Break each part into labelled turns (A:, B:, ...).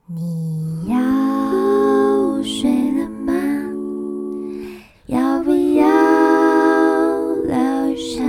A: 你要睡了吗？要不要聊一下？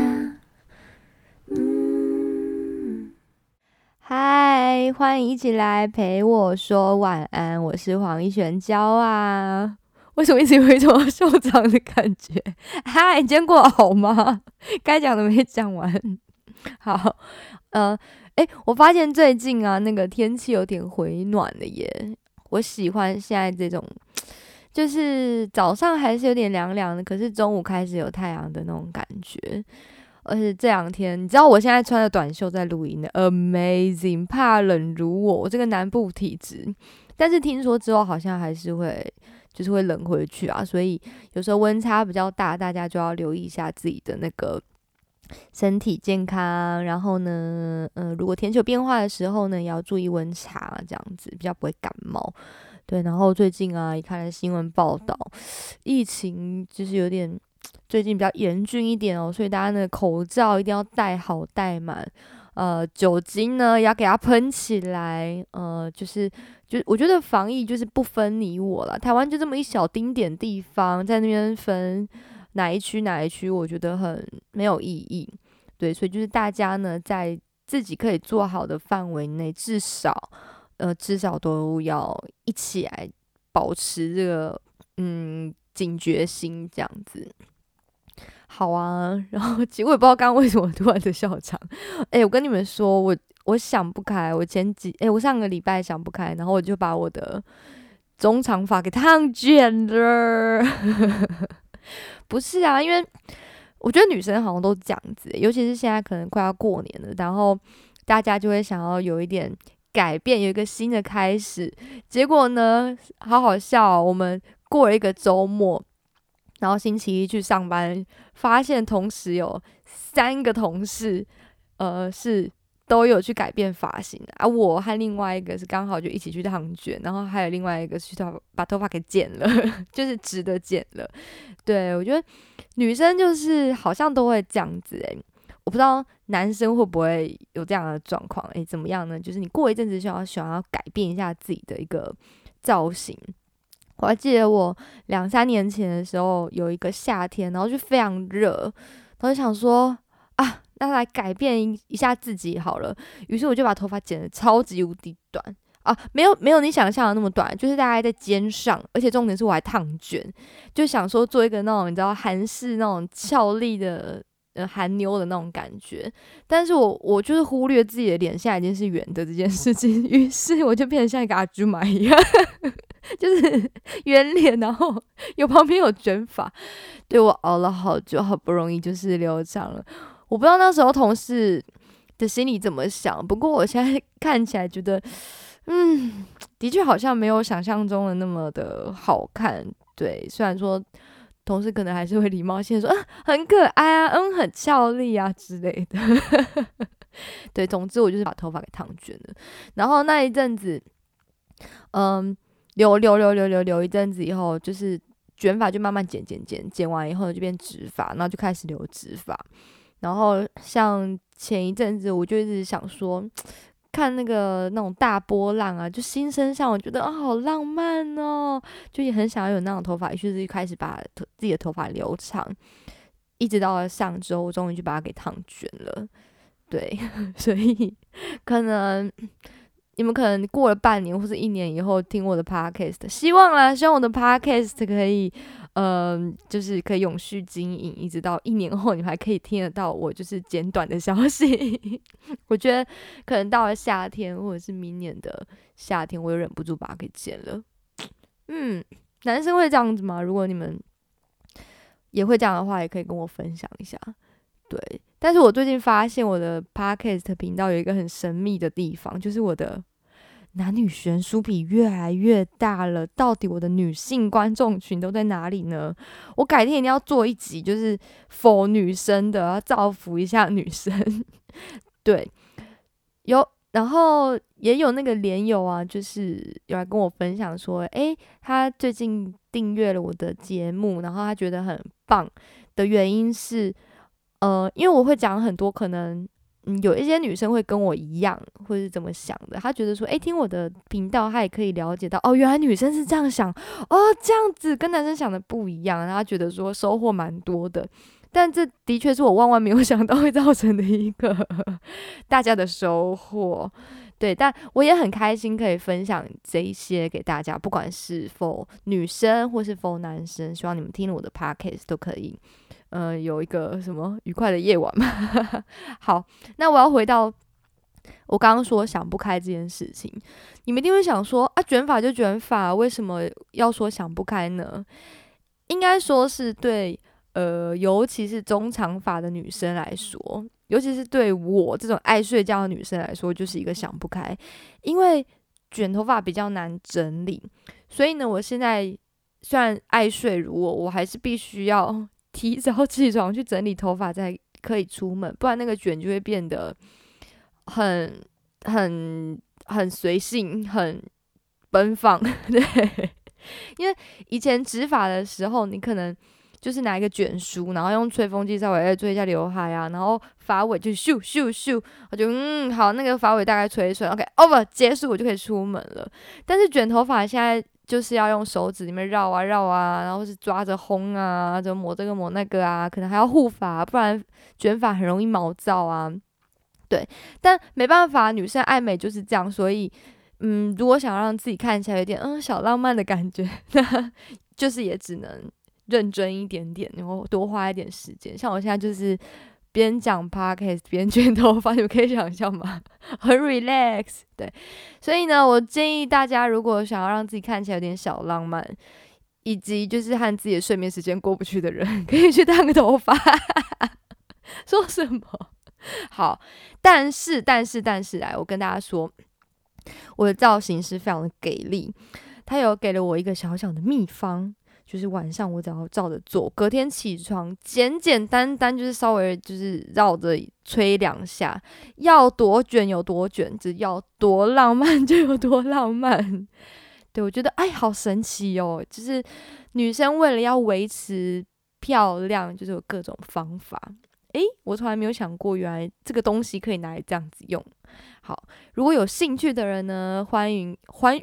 A: 嗨，欢迎一起来陪我说晚安，我是黄一璇娇啊。为什么一直有一种受伤的感觉？嗨，你今天过得好吗？该讲的没讲完。好，我发现最近啊，那个天气有点回暖了耶。我喜欢现在这种，就是早上还是有点凉凉的，可是中午开始有太阳的那种感觉。而且这两天，你知道我现在穿的短袖在录音的，amazing，怕冷如我这个南部体质。但是听说之后好像还是会，就是会冷回去啊，所以有时候温差比较大，大家就要留意一下自己的那个身体健康。然后呢，如果天气有变化的时候呢，也要注意温差，这样子比较不会感冒。对，然后最近啊，也看了新闻报道，疫情就是有点最近比较严峻一点哦，所以大家呢口罩一定要戴好戴满，酒精呢也要给它喷起来，就我觉得防疫就是不分你我啦，台湾就这么一小丁点地方，在那边分哪一区哪一区，我觉得很没有意义。对，所以就是大家呢在自己可以做好的范围内，至少都要一起来保持这个警觉心这样子。好啊，然后其实我也不知道刚刚为什么突然的笑场。我跟你们说，我想不开，我上个礼拜想不开，然后我就把我的中长发给烫卷了。不是啊，因为我觉得女生好像都这样子，尤其是现在可能快要过年了，然后大家就会想要有一点改变，有一个新的开始。结果呢，好好笑哦，我们过了一个周末，然后星期一去上班，发现同时有3个同事，是都有去改变发型啊。我和另外一个是刚好就一起去烫卷，然后还有另外一个去把头发给剪了，就是直的剪了。对，我觉得女生就是好像都会这样子我不知道男生会不会有这样的状况怎么样呢？就是你过一阵子就要想要改变一下自己的一个造型。我还记得我2、3年前的时候，有一个夏天，然后就非常热，然后就想说啊，那来改变一下自己好了。于是我就把头发剪得超级无敌短啊，没有你想象的那么短，就是大概在肩上，而且重点是我还烫卷，就想说做一个那种你知道韩式那种俏丽的韩妞的那种感觉。但是我就是忽略自己的脸现在已经是圆的这件事情，于是我就变成像一个阿朱玛一样。就是圆脸，然后旁边有卷发。对，我熬了好久，好不容易就是留长了。我不知道那时候同事的心里怎么想，不过我现在看起来觉得，的确好像没有想象中的那么的好看。对，虽然说同事可能还是会礼貌性地说，很可爱啊，很俏丽啊之类的。对，总之我就是把头发给烫卷了。然后那一阵子，留一阵子以后，就是卷发就慢慢剪完以后就变直发，然后就开始留直发。然后像前一阵子，我就一直想说，看那种大波浪啊，就新生上，我觉得好浪漫哦，就也很想要有那种头发，于是就开始把自己的头发留长，一直到了上周，我终于就把它给烫卷了。对，所以可能你们可能过了半年或是1年以后听我的 podcast，希望我的 podcast 可以，就是可以永续经营，一直到1年后，你们还可以听得到我就是简短的消息。我觉得可能到了夏天或者是明年的夏天，我又忍不住把它给剪了。男生会这样子吗？如果你们也会这样的话，也可以跟我分享一下。对，但是我最近发现我的 podcast 频道有一个很神秘的地方，就是我的男女悬殊比越来越大了。到底我的女性观众群都在哪里呢？我改天一定要做一集，就是否女生的，要造福一下女生。对，然后也有那个连友啊，就是有来跟我分享说，他最近订阅了我的节目，然后他觉得很棒的原因是，因为我会讲很多可能有一些女生会跟我一样，或是怎么想的，她觉得说，听我的频道，她也可以了解到，原来女生是这样想，这样子跟男生想的不一样，然后她觉得说收获蛮多的。但这的确是我万万没有想到会造成的一个大家的收获，对，但我也很开心可以分享这一些给大家，不管是否女生或是否男生，希望你们听了我的 podcast 都可以，有一个什么愉快的夜晚嘛。好，那我要回到我刚刚说想不开这件事情，你们一定会想说卷发就卷发，为什么要说想不开呢？应该说是对。尤其是中长发的女生来说，尤其是对我这种爱睡觉的女生来说，就是一个想不开。因为卷头发比较难整理，所以呢，我现在虽然爱睡如我还是必须要提早起床去整理头发，才可以出门，不然那个卷就会变得很随性，很奔放。对，因为以前直发的时候，你可能就是拿一个卷梳，然后用吹风机稍微再吹一下刘海啊，然后发尾就咻咻咻，我就好，那个发尾大概吹一吹 ，OK over 结束，我就可以出门了。但是卷头发现在就是要用手指里面绕啊绕啊，然后是抓着烘啊，就抹这个抹那个啊，可能还要护发，不然卷发很容易毛躁啊。对，但没办法，女生爱美就是这样，所以如果想让自己看起来有点小浪漫的感觉，那就是也只能认真一点点，然后多花一点时间。像我现在就是边讲 podcast 边卷头发，你们可以想象吗？很 relax。对，所以呢，我建议大家如果想要让自己看起来有点小浪漫，以及就是和自己的睡眠时间过不去的人，可以去烫个头发。说什么？好，但是来，我跟大家说，我的造型师非常的给力，他有给了我一个小小的秘方。就是晚上我只要照着做，隔天起床简单单就是稍微就是绕着吹2下，要多卷有多卷，只要多浪漫就有多浪漫。对，我觉得好神奇哦，就是女生为了要维持漂亮，就是有各种方法。我从来没有想过，原来这个东西可以拿来这样子用。好，如果有兴趣的人呢，欢迎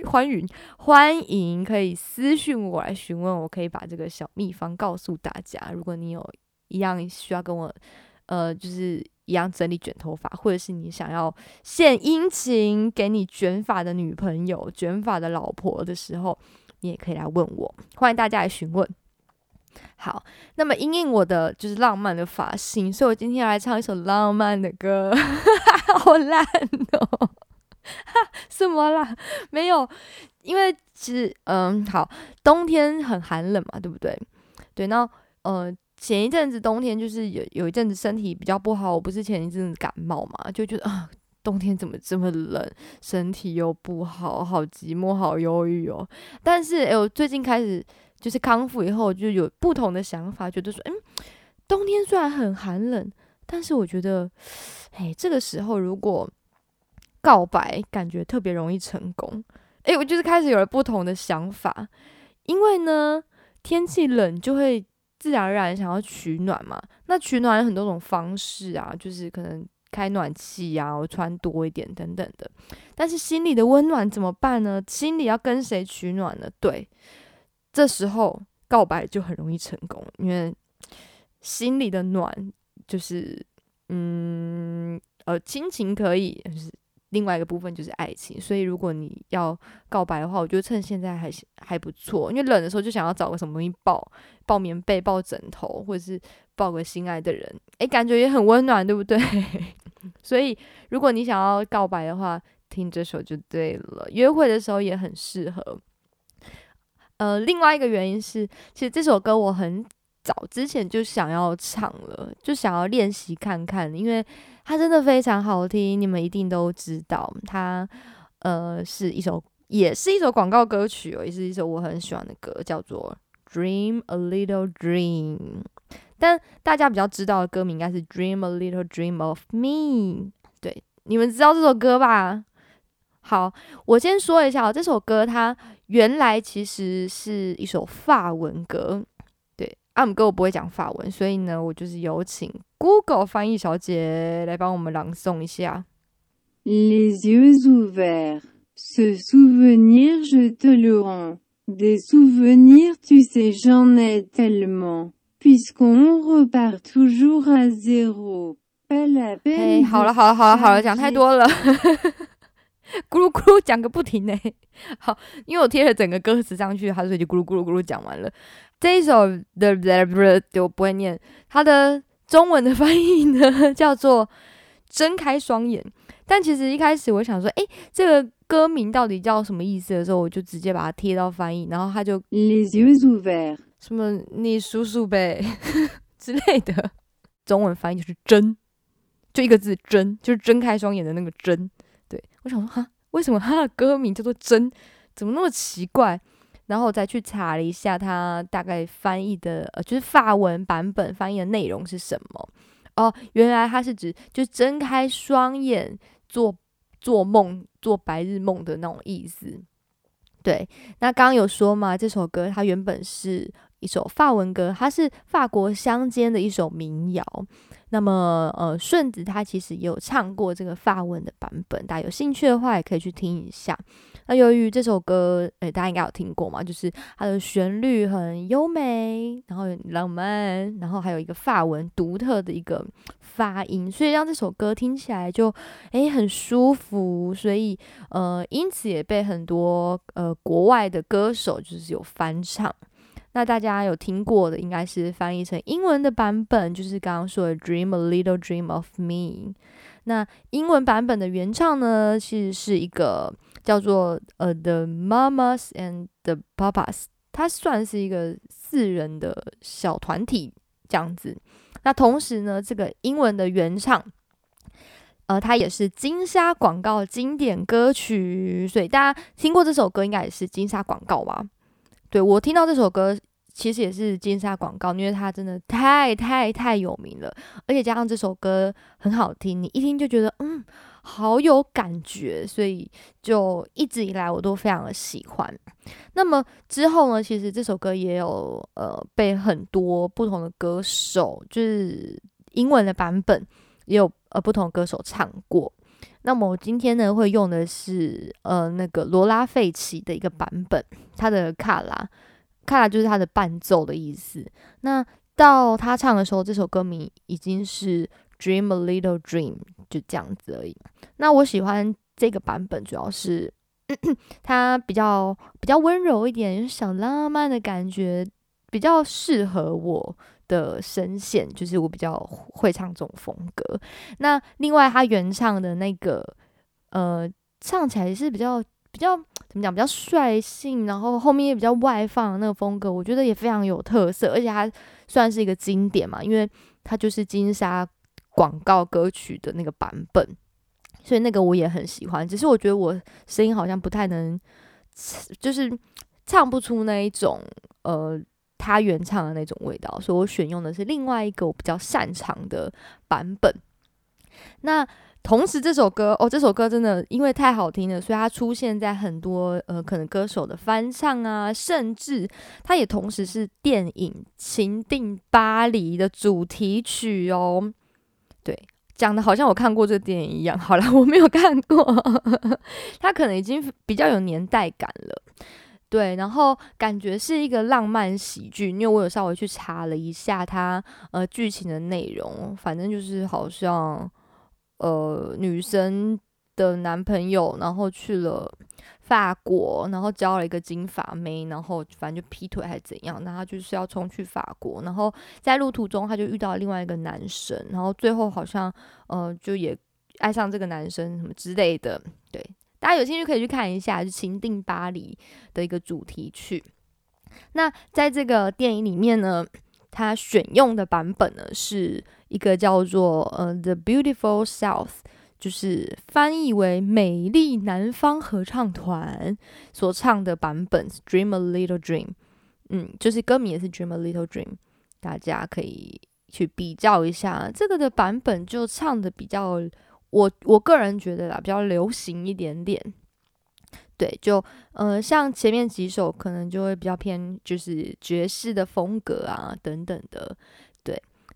A: 可以私讯我来询问，我可以把这个小秘方告诉大家。如果你有一样需要跟我，就是一样整理卷头发，或者是你想要献殷勤给你卷发的女朋友、卷发的老婆的时候，你也可以来问我，欢迎大家来询问。好，那么因应我的就是浪漫的发型，所以我今天要来唱一首浪漫的歌。好烂哦。什么啦？没有，因为其实好，冬天很寒冷嘛，对不对？对，那前一阵子冬天就是有一阵子身体比较不好，我不是前一阵子感冒嘛，就觉得冬天怎么这么冷，身体又不好，好寂寞，好忧郁哦。但是我最近开始就是康复以后，就有不同的想法，觉得说，冬天虽然很寒冷，但是我觉得，这个时候如果告白，感觉特别容易成功。我就是开始有了不同的想法，因为呢，天气冷就会自然而然想要取暖嘛。那取暖有很多种方式啊，就是可能开暖气啊，我穿多一点等等的。但是心里的温暖怎么办呢？心里要跟谁取暖呢？对，这时候告白就很容易成功，因为心里的暖就是亲情可以，就是另外一个部分就是爱情。所以如果你要告白的话，我觉得趁现在还不错，因为冷的时候就想要找个什么东西抱棉被、抱枕头，或者是抱个心爱的人，感觉也很温暖，对不对？所以如果你想要告白的话，听这首就对了，约会的时候也很适合。另外一个原因是，其实这首歌我很早之前就想要唱了，就想要练习看看，因为它真的非常好听，你们一定都知道。它也是一首广告歌曲哦，也是一首我很喜欢的歌，叫做《Dream a Little Dream》。但大家比较知道的歌名应该是《Dream a Little Dream of Me》。对，你们知道这首歌吧？好，我先说一下这首歌它原来其实是一首法文歌。对，姆哥我不会讲法文，所以呢，我就是有请 Google 翻译小姐来帮我们朗诵一下。
B: Les yeux ouverts. Ce souvenir, je te le rends. Des souvenirs, tu sais, j'en ai tellement. Puisqu'on repart toujours à zéro. Pas la peine
A: 好了，讲太多了。咕噜咕噜讲个不停欸。好，因为我贴了整个歌词上去，它所以就咕噜咕噜咕噜讲完了。这一首的我不会念，它的中文的翻译呢叫做睁开双眼。但其实一开始我想说，这个歌名到底叫什么意思的时候，我就直接把它贴到翻译，然后它就
B: Les yeux ouverts.
A: 什么你数数呗之类的，中文翻译就是睁，就一个字睁，就是睁开双眼的那个睁。对，我想说哈，为什么它的歌名叫做睁，怎么那么奇怪？然后我再去查了一下，它大概翻译的就是法文版本翻译的内容是什么。原来它是指就睁开双眼做梦，做白日梦的那种意思。对，那刚刚有说嘛，这首歌它原本是一首法文歌，它是法国乡间的一首民谣。那么顺子他其实也有唱过这个法文的版本，大家有兴趣的话也可以去听一下。那由于这首歌大家应该有听过嘛，就是它的旋律很优美，然后很浪漫，然后还有一个法文独特的一个发音，所以让这首歌听起来就很舒服，所以因此也被很多国外的歌手就是有翻唱。那大家有听过的应该是翻译成英文的版本，就是刚刚说的 Dream a Little Dream of Me。 那英文版本的原唱呢，其实是一个叫做The Mamas and the Papas， 它算是一个4人的小团体这样子。那同时呢，这个英文的原唱它也是金沙广告经典歌曲，所以大家听过这首歌应该也是金沙广告吧。对，我听到这首歌其实也是金沙广告，因为它真的太有名了，而且加上这首歌很好听，你一听就觉得好有感觉，所以就一直以来我都非常的喜欢。那么之后呢，其实这首歌也有被很多不同的歌手，就是英文的版本也有不同的歌手唱过。那么我今天呢会用的是那个罗拉费奇的一个版本，他的卡拉就是他的伴奏的意思。那到他唱的时候，这首歌名已经是 Dream a Little Dream， 就这样子而已。那我喜欢这个版本主要是它比较温柔一点，小浪漫的感觉，比较适合我的声线，就是我比较会唱这种风格。那另外他原唱的那个唱起来是比较怎么讲，比较率性，然后后面也比较外放的那个风格，我觉得也非常有特色，而且它算是一个经典嘛，因为它就是金沙广告歌曲的那个版本，所以那个我也很喜欢。只是我觉得我声音好像不太能，就是唱不出那一种他原唱的那种味道，所以我选用的是另外一个我比较擅长的版本。那同时这首歌真的因为太好听了，所以它出现在很多可能歌手的翻唱啊，甚至它也同时是电影《情定巴黎》的主题曲哦。对，讲的好像我看过这个电影一样。好啦，我没有看过它可能已经比较有年代感了。对，然后感觉是一个浪漫喜剧，因为我有稍微去查了一下它剧情的内容，反正就是好像女生的男朋友然后去了法国，然后交了一个金发妹，然后反正就劈腿还是怎样，那他就是要冲去法国，然后在路途中他就遇到另外一个男生，然后最后好像就也爱上这个男生什么之类的。对，大家有兴趣可以去看一下，就《情定巴黎》的一个主题曲。那在这个电影里面呢，他选用的版本呢是一个叫做The Beautiful South， 就是翻译为美丽南方合唱团所唱的版本 Dream a Little Dream。 就是歌名也是 Dream a Little Dream， 大家可以去比较一下，这个的版本就唱的比较我个人觉得啦，比较流行一点点。对，就像前面几首可能就会比较偏就是爵士的风格啊等等的。对，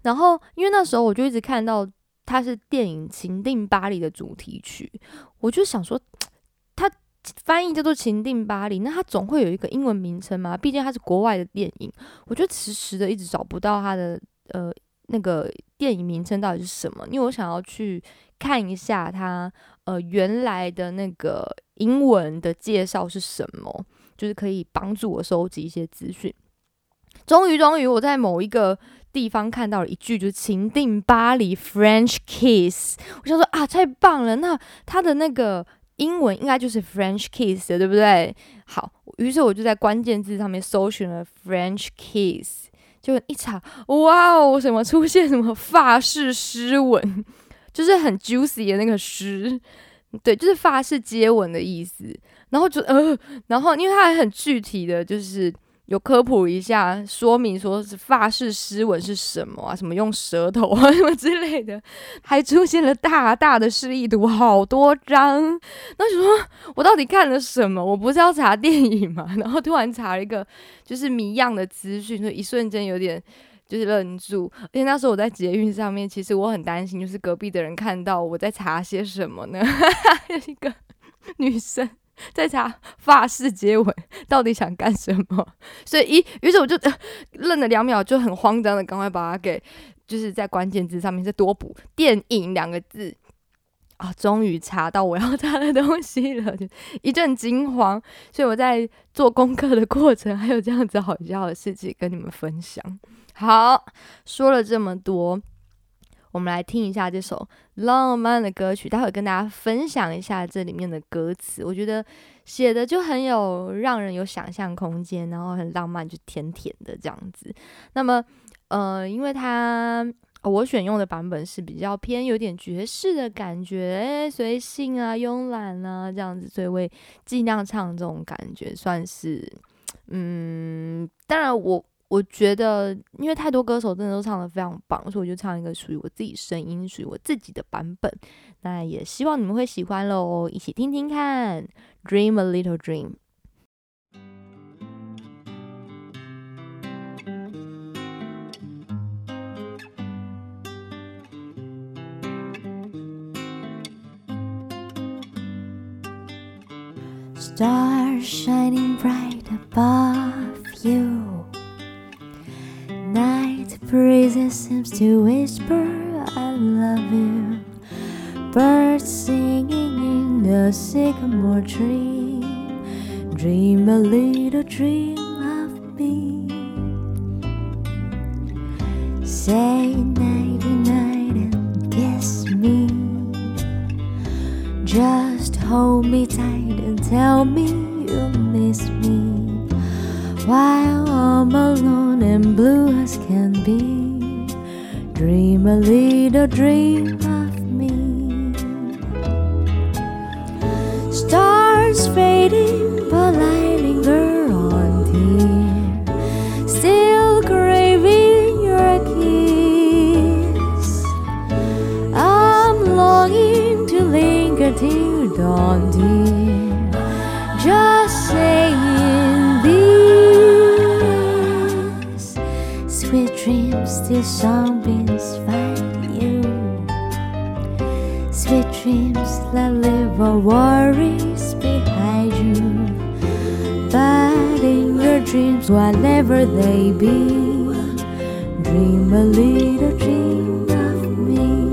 A: 然后因为那时候我就一直看到它是电影《情定巴黎》的主题曲，我就想说，它翻译叫做《情定巴黎》，那它总会有一个英文名称嘛？毕竟它是国外的电影，我就迟迟的一直找不到它的那个电影名称到底是什么，因为我想要去看一下它原来的那个英文的介绍是什么，就是可以帮助我收集一些资讯。终于我在某一个地方看到了一句，就是情定巴黎 French kiss， 我想说啊，太棒了，那它的那个英文应该就是 French kiss 的，对不对？好，于是我就在关键字上面搜寻了 French kiss， 就一查，哇哦，什么出现什么法式诗吻，就是很 juicy 的那个诗，对，就是法式接吻的意思。然后然后因为它还很具体的，就是有科普一下，说明说是法式诗吻是什么啊，什么用舌头啊什么之类的，还出现了大大的示意图，好多张。那就说我到底看了什么？我不是要查电影嘛？然后突然查了一个就是谜样的资讯，就一瞬间有点就是愣住。而且那时候我在捷运上面，其实我很担心，就是隔壁的人看到我在查些什么呢？有一个女生在查法式接吻到底想干什么，所以于是我就愣了2秒，就很慌张的赶快把它给就是在关键字上面再多补电影2个字啊，终于查到我要查的东西了，就一阵惊慌。所以我在做功课的过程还有这样子好笑的事情跟你们分享。好，说了这么多，我们来听一下这首浪漫的歌曲，待会跟大家分享一下这里面的歌词，我觉得写的就很有让人有想象空间，然后很浪漫，就甜甜的这样子。那么因为我选用的版本是比较偏有点爵士的感觉，随性啊慵懒啊这样子，所以我也尽量唱这种感觉，算是当然我觉得，因为太多歌手真的都唱得非常棒，所以我就唱一个属于我自己声音、属于我自己的版本。那也希望你们会喜欢咯，一起听听看。Dream a little dream。Stars shining bright above you.Night breezes seems to whisper I love you. Birds singing in the sycamore tree. Dream a little dream of me. Say nighty night and kiss me. Just hold me tight and tell me you miss me.While I'm alone and blue as can be, dream a little dream of me. Stars fading, but I linger on, dear, still craving your kiss. I'm longing to linger till dawn, dear, just saying.Sweet dreams till sunbeams find you. Sweet dreams that leave all worries behind you. But in your dreams, whatever they be, dream a little dream of me.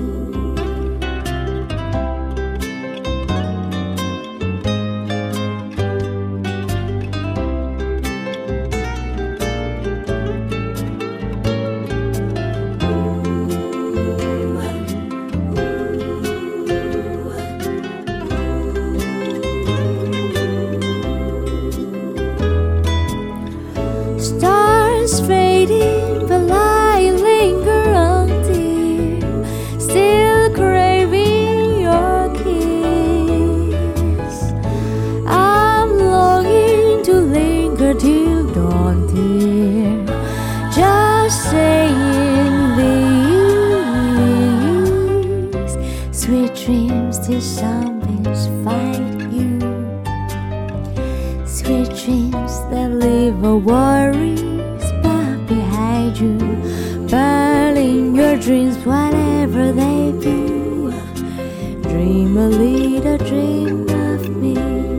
A: Stars fading, but I linger on, dear, still craving your kiss. I'm longing to linger till dawn, dear, just saying these sweet dreams till sunbeams find you. Sweet dreams that leave all worries but behind you. But dreams, whatever they be. Dream a little dream of me.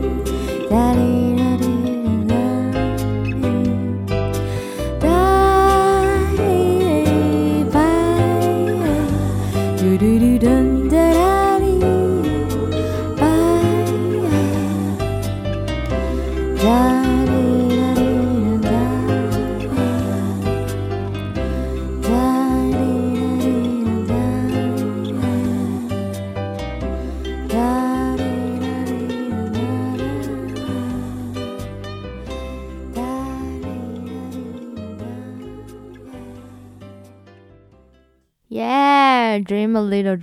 A: Yeah, dream a little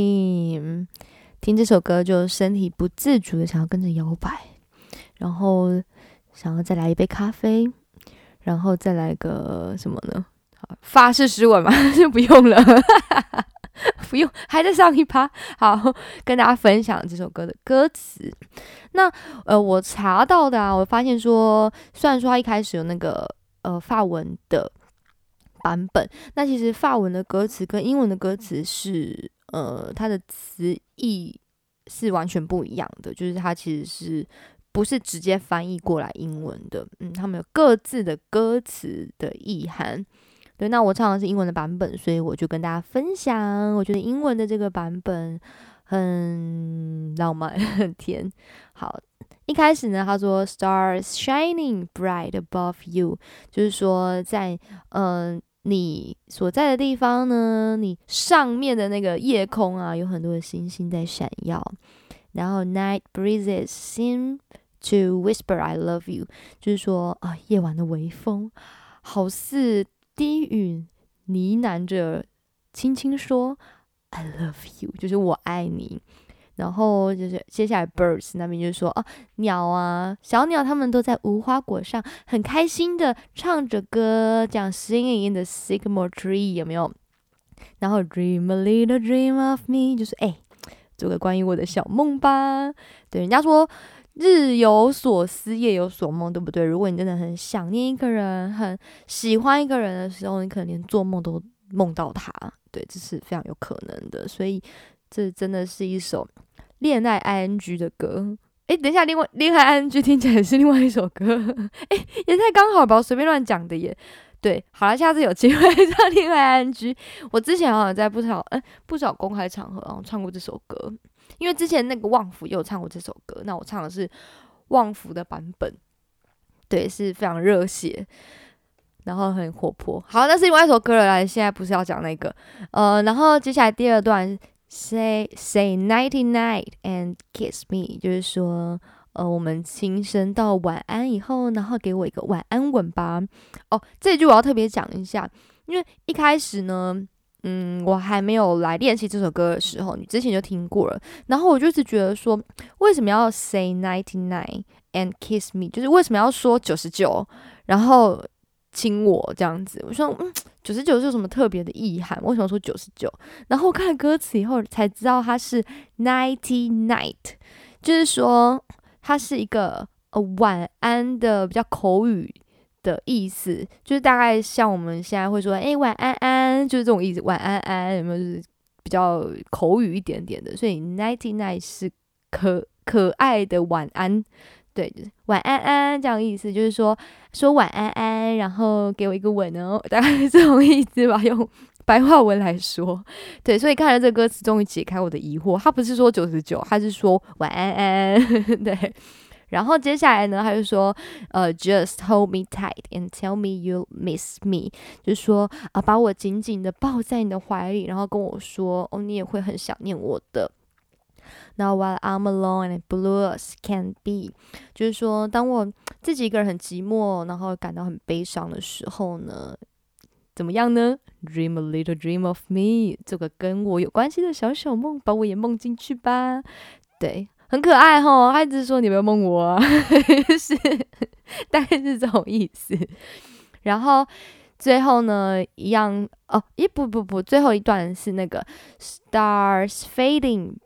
A: dream. 听这首歌就身体不自主的想要跟着摇摆，然后想要再来一杯咖啡，然后再来个什么呢？法式诗文嘛，就不用了，不用，还在上一趴。好，跟大家分享这首歌的歌词。那我查到的我发现说，虽然说它一开始有那个法文的版本，那其实法文的歌词跟英文的歌词是它的词义是完全不一样的，就是它其实是不是直接翻译过来英文的，他们有各自的歌词的意涵。对，那我唱的是英文的版本，所以我就跟大家分享，我觉得英文的这个版本很浪漫，很甜。好，一开始呢，他说 Stars shining bright above you， 就是说在你所在的地方呢，你上面的那个夜空啊，有很多的星星在闪耀。然后 Night breezes seem to whisper I love you， 就是说夜晚的微风好似低语呢喃着轻轻说 I love you， 就是我爱你。然后就是接下来 birds 那边就是说鸟啊，小鸟它们都在无花果上很开心的唱着歌，这样 singing in the sycamore tree， 有没有？然后 dream a little dream of me， 就是做个关于我的小梦吧。对，人家说日有所思夜有所梦，对不对？如果你真的很想念一个人，很喜欢一个人的时候，你可能连做梦都梦到他。对，这是非常有可能的，所以这真的是一首恋爱 ING 的歌。等一下，恋爱 ING 听起来是另外一首歌，也太刚好吧，我随便乱讲的耶。对，好了，下次有机会唱恋爱 ING。我之前好像在不少公开场合唱过这首歌，因为之前那个旺福也有唱过这首歌，那我唱的是旺福的版本，对，是非常热血，然后很活泼。好，那是另外一首歌了啦，现在不是要讲那个，然后接下来第二段 say nighty night and kiss me， 就是说我们轻声到晚安以后，然后给我一个晚安吻吧。这句我要特别讲一下，因为一开始呢我还没有来练习这首歌的时候，你之前就听过了，然后我就一直觉得说，为什么要 say 99 and kiss me， 就是为什么要说99，然后亲我这样子？我说99是有什么特别的意涵？为什么说99？然后我看了歌词以后才知道它是 nighty night， 就是说它是一个晚安的比较口语的意思，就是大概像我们现在会说晚安安，就是这种意思，晚安安，有没有？就是比较口语一点点的，所以 nighty night 是可爱的晚安，对，就是晚安安这样的意思，就是说晚安安，然后给我一个吻哦，大概是这种意思吧，用白话文来说。对，所以看了这个歌词终于解开我的疑惑，他不是说99，他是说晚安安对。然后接下来呢，他就说just hold me tight and tell me you miss me， 就是说把我紧紧的抱在你的怀里，然后跟我说你也会很想念我的。Now while I'm alone and blue as can be， 就是说当我自己一个人很寂寞，然后感到很悲伤的时候呢，怎么样呢？ Dream a little dream of me， 这个跟我有关系的小小梦，把我也梦进去吧。对，很可爱齁，他一直说你不要梦我啊是大概是这种意思。然后最后呢一样不，最后一段是那个 Stars fading but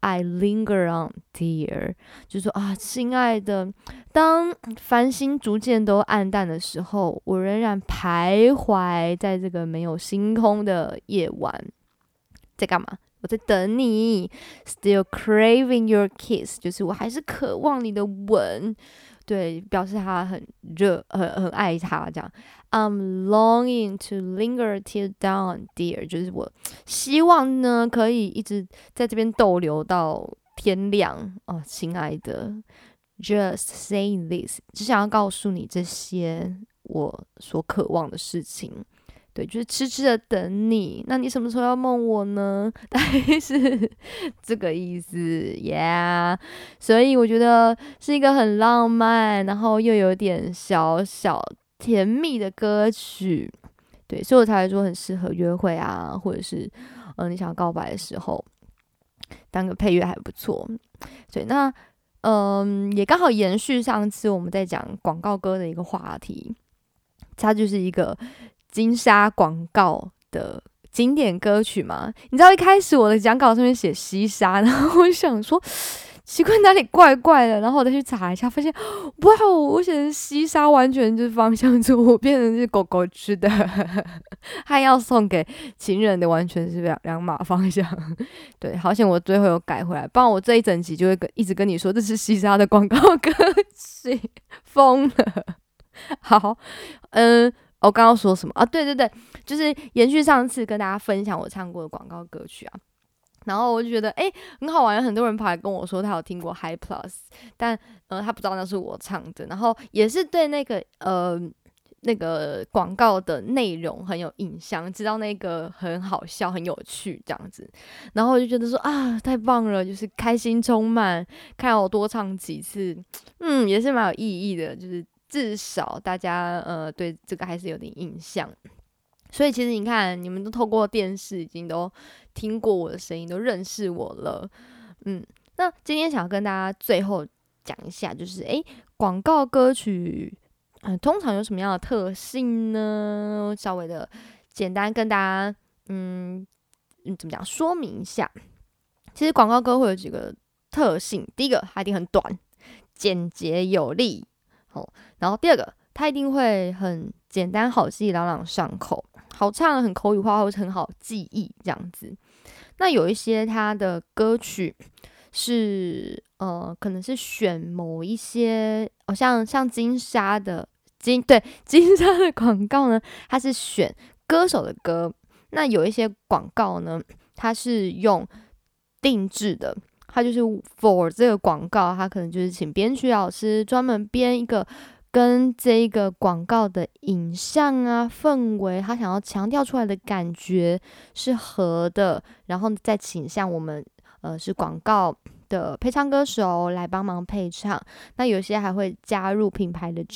A: I linger on dear， 就说啊，亲爱的，当繁星逐渐都暗淡的时候，我仍然徘徊在这个没有星空的夜晚，在干嘛？我在等你 ，still craving your kiss， 就是我还是渴望你的吻，对，表示他很热，很爱他这样。I'm longing to linger till dawn, dear， 就是我希望呢可以一直在这边逗留到天亮哦，亲爱的。Just saying this， 只想要告诉你这些我所渴望的事情。对，就是痴痴的等你，那你什么时候要梦我呢？大概是这个意思 ，Yeah。所以我觉得是一个很浪漫，然后又有点小小甜蜜的歌曲。对，所以我才会说很适合约会啊，或者是你想告白的时候，当个配乐还不错。对，那也刚好延续上次我们在讲广告歌的一个话题，它就是一个金沙广告的经典歌曲嘛。你知道一开始我的讲稿上面写西沙，然后我想说奇怪哪里怪怪的，然后我再去查一下，发现哇，我写的西沙完全就是方向错，变成是狗狗吃的，还要送给情人的完全是两码方向。对，好险我最后有改回来，不然我这一整集就会一直跟你说这是西沙的广告歌曲，疯了。好，我刚刚说什么啊？对，就是延续上次跟大家分享我唱过的广告歌曲啊。然后我就觉得很好玩，很多人跑来跟我说他有听过 High Plus， 但他不知道那是我唱的，然后也是对那个广告的内容很有印象，知道那个很好笑很有趣这样子，然后我就觉得说啊太棒了，就是开心充满，看我多唱几次，也是蛮有意义的，就是至少大家对这个还是有点印象。所以其实你看，你们都透过电视已经都听过我的声音，都认识我了。那今天想要跟大家最后讲一下，就是广告歌曲通常有什么样的特性呢？稍微的简单跟大家怎么讲说明一下。其实广告歌会有几个特性，第一个它一定很短，简洁有力，然后第二个它一定会很简单好记，朗朗上口，好唱，很口语化，或是很好记忆这样子。那有一些它的歌曲是可能是选某一些像金沙的广告呢，它是选歌手的歌。那有一些广告呢，它是用定制的，它就是 for 这个广告，它可能就是请编曲老师专门编一个跟这个广告的影像啊、氛围，他想要强调出来的感觉是合的，然后再请像我们是广告的配唱歌手来帮忙配唱。那有些还会加入品牌的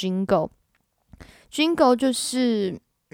A: jingle 就是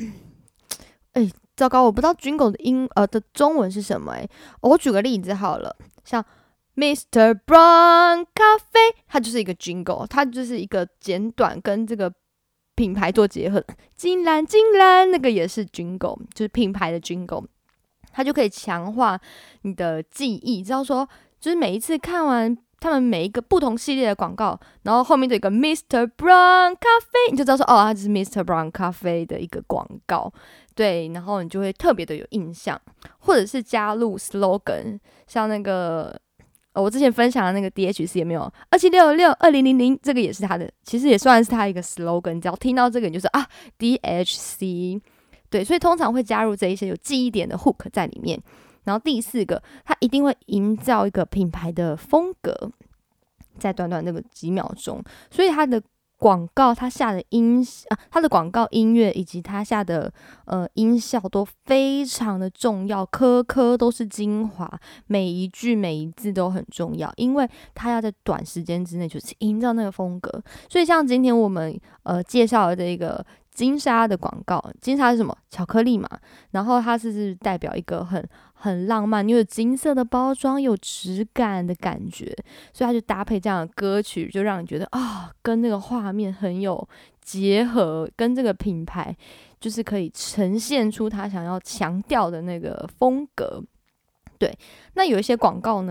A: 糟糕，我不知道 jingle 的中文是什么我举个例子好了，像Mr. Brown 咖啡，它就是一个 jingle， 它就是一个简短跟这个品牌做结合。金兰那个也是 jingle， 就是品牌的 jingle， 它就可以强化你的记忆，知道说就是每一次看完他们每一个不同系列的广告，然后后面有一个 Mr. Brown 咖啡，你就知道说它就是 Mr. Brown 咖啡的一个广告。对，然后你就会特别的有印象，或者是加入 slogan， 像那个我之前分享的那个 DHC 有没有27662000，这个也是他的，其实也算是他一个 slogan， 只要听到这个你就是DHC。 对，所以通常会加入这一些有记忆点的 hook 在里面。然后第四个，它一定会营造一个品牌的风格，在短短那个几秒钟，所以它的广告它下的它的广告音乐以及它下的音效都非常的重要，颗颗都是精华，每一句每一字都很重要，因为它要在短时间之内就是营造那个风格。所以像今天我们介绍的这个金沙的广告，金沙是什么？巧克力嘛，然后它是代表一个很浪漫又有金色的包装，有质感的感觉，所以它就搭配这样的歌曲，就让你觉得跟那个画面很有结合，跟这个品牌就是可以呈现出他想要强调的那个风格。对，那有一些广告呢，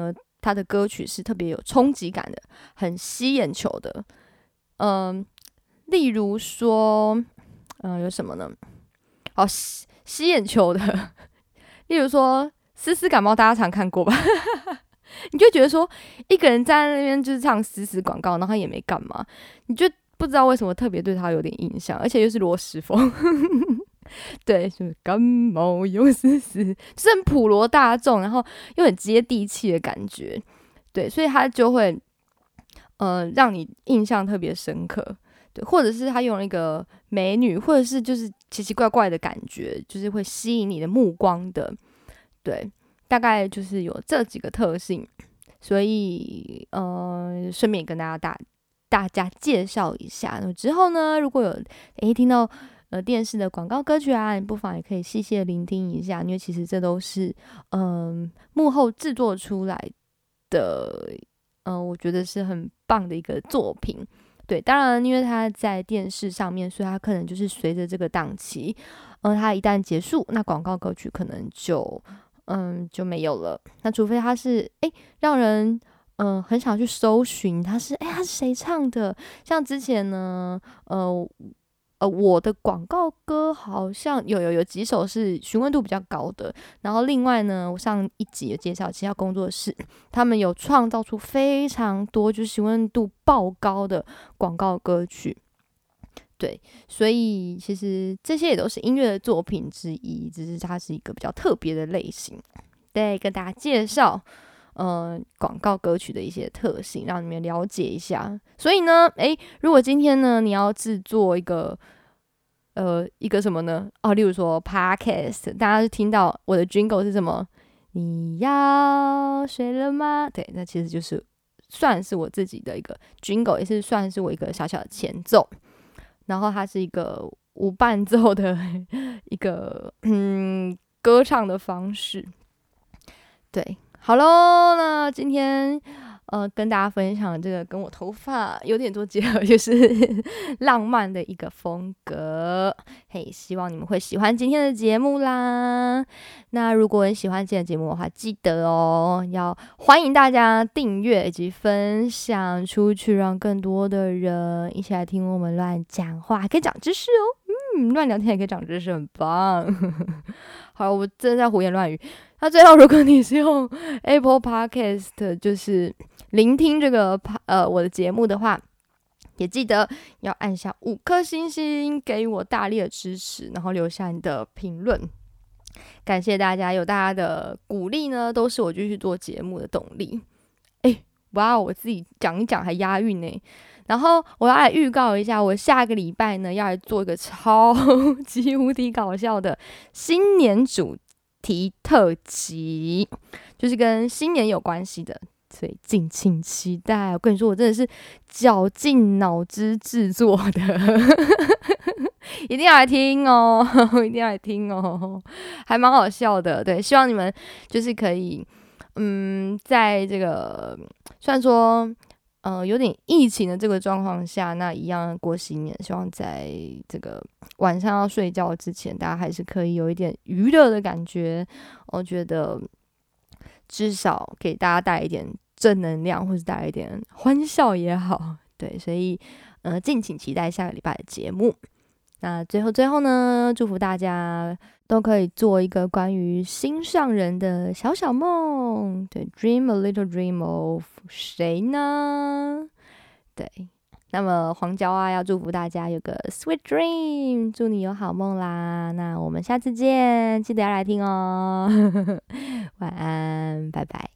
A: 他的歌曲是特别有冲击感的，很吸眼球的。例如说，有什么呢？吸眼球的，例如说丝丝感冒，大家常看过吧？你就觉得说，一个人站在那边就是唱丝丝广告，然后他也没干嘛，你就不知道为什么特别对他有点印象，而且又是罗时丰。对，就是感冒有丝丝，就是很普罗大众，然后又很接地气的感觉。对，所以他就会让你印象特别深刻。对，或者是他用了一个美女，或者是就是奇奇怪怪的感觉，就是会吸引你的目光的。对，大概就是有这几个特性。所以顺便跟大家介绍一下。之后呢，如果有听到电视的广告歌曲啊，你不妨也可以细细的聆听一下，因为其实这都是幕后制作出来的，我觉得是很棒的一个作品。对，当然因为它在电视上面，所以它可能就是随着这个档期，它一旦结束，那广告歌曲可能就没有了。那除非它是让人很想去搜寻它是谁唱的。像之前呢我的广告歌好像有几首是询问度比较高的，然后另外呢，我上一集有介绍其他工作室，他们有创造出非常多就是询问度爆高的广告歌曲。对，所以其实这些也都是音乐的作品之一，只是它是一个比较特别的类型。对，跟大家介绍广告歌曲的一些特性，让你们了解一下。所以呢，如果今天呢你要制作一个什么呢？例如说 podcast， 大家就听到我的 jingle 是什么？你要睡了吗？对，那其实就是算是我自己的一个 jingle， 也是算是我一个小小的前奏。然后它是一个无伴奏的一个歌唱的方式。对，好咯，那今天跟大家分享这个跟我头发有点多结合，就是浪漫的一个风格。希望你们会喜欢今天的节目啦。那如果你喜欢今天的节目的话，记得要欢迎大家订阅以及分享出去，让更多的人一起来听我们乱讲话，还可以长知识乱聊天也可以长知识，很棒。好，我真的在胡言乱语。那最后，如果你是用 Apple Podcast 就是聆听这个我的节目的话，也记得要按下5颗星星，给予我大力的支持，然后留下你的评论。感谢大家，有大家的鼓励呢，都是我继续做节目的动力。哇，我自己讲一讲还押韵呢。然后我要来预告一下，我下个礼拜呢要来做一个超级无敌搞笑的新年主题特辑，就是跟新年有关系的，所以敬请期待。我跟你说，我真的是绞尽脑汁制作的，一定要来听哦，一定要来听哦，还蛮好笑的。对，希望你们就是可以，在这个虽然说有点疫情的这个状况下，那一样过新年，希望在这个晚上要睡觉之前，大家还是可以有一点娱乐的感觉。我觉得至少给大家带一点正能量，或是带一点欢笑也好。对，所以敬请期待下个礼拜的节目。那最后呢，祝福大家都可以做一个关于心上人的小小梦。对 ，dream a little dream of 谁呢？对，那么黄椒啊，要祝福大家有个 sweet dream， 祝你有好梦啦。那我们下次见，记得要来听哦。晚安，拜拜。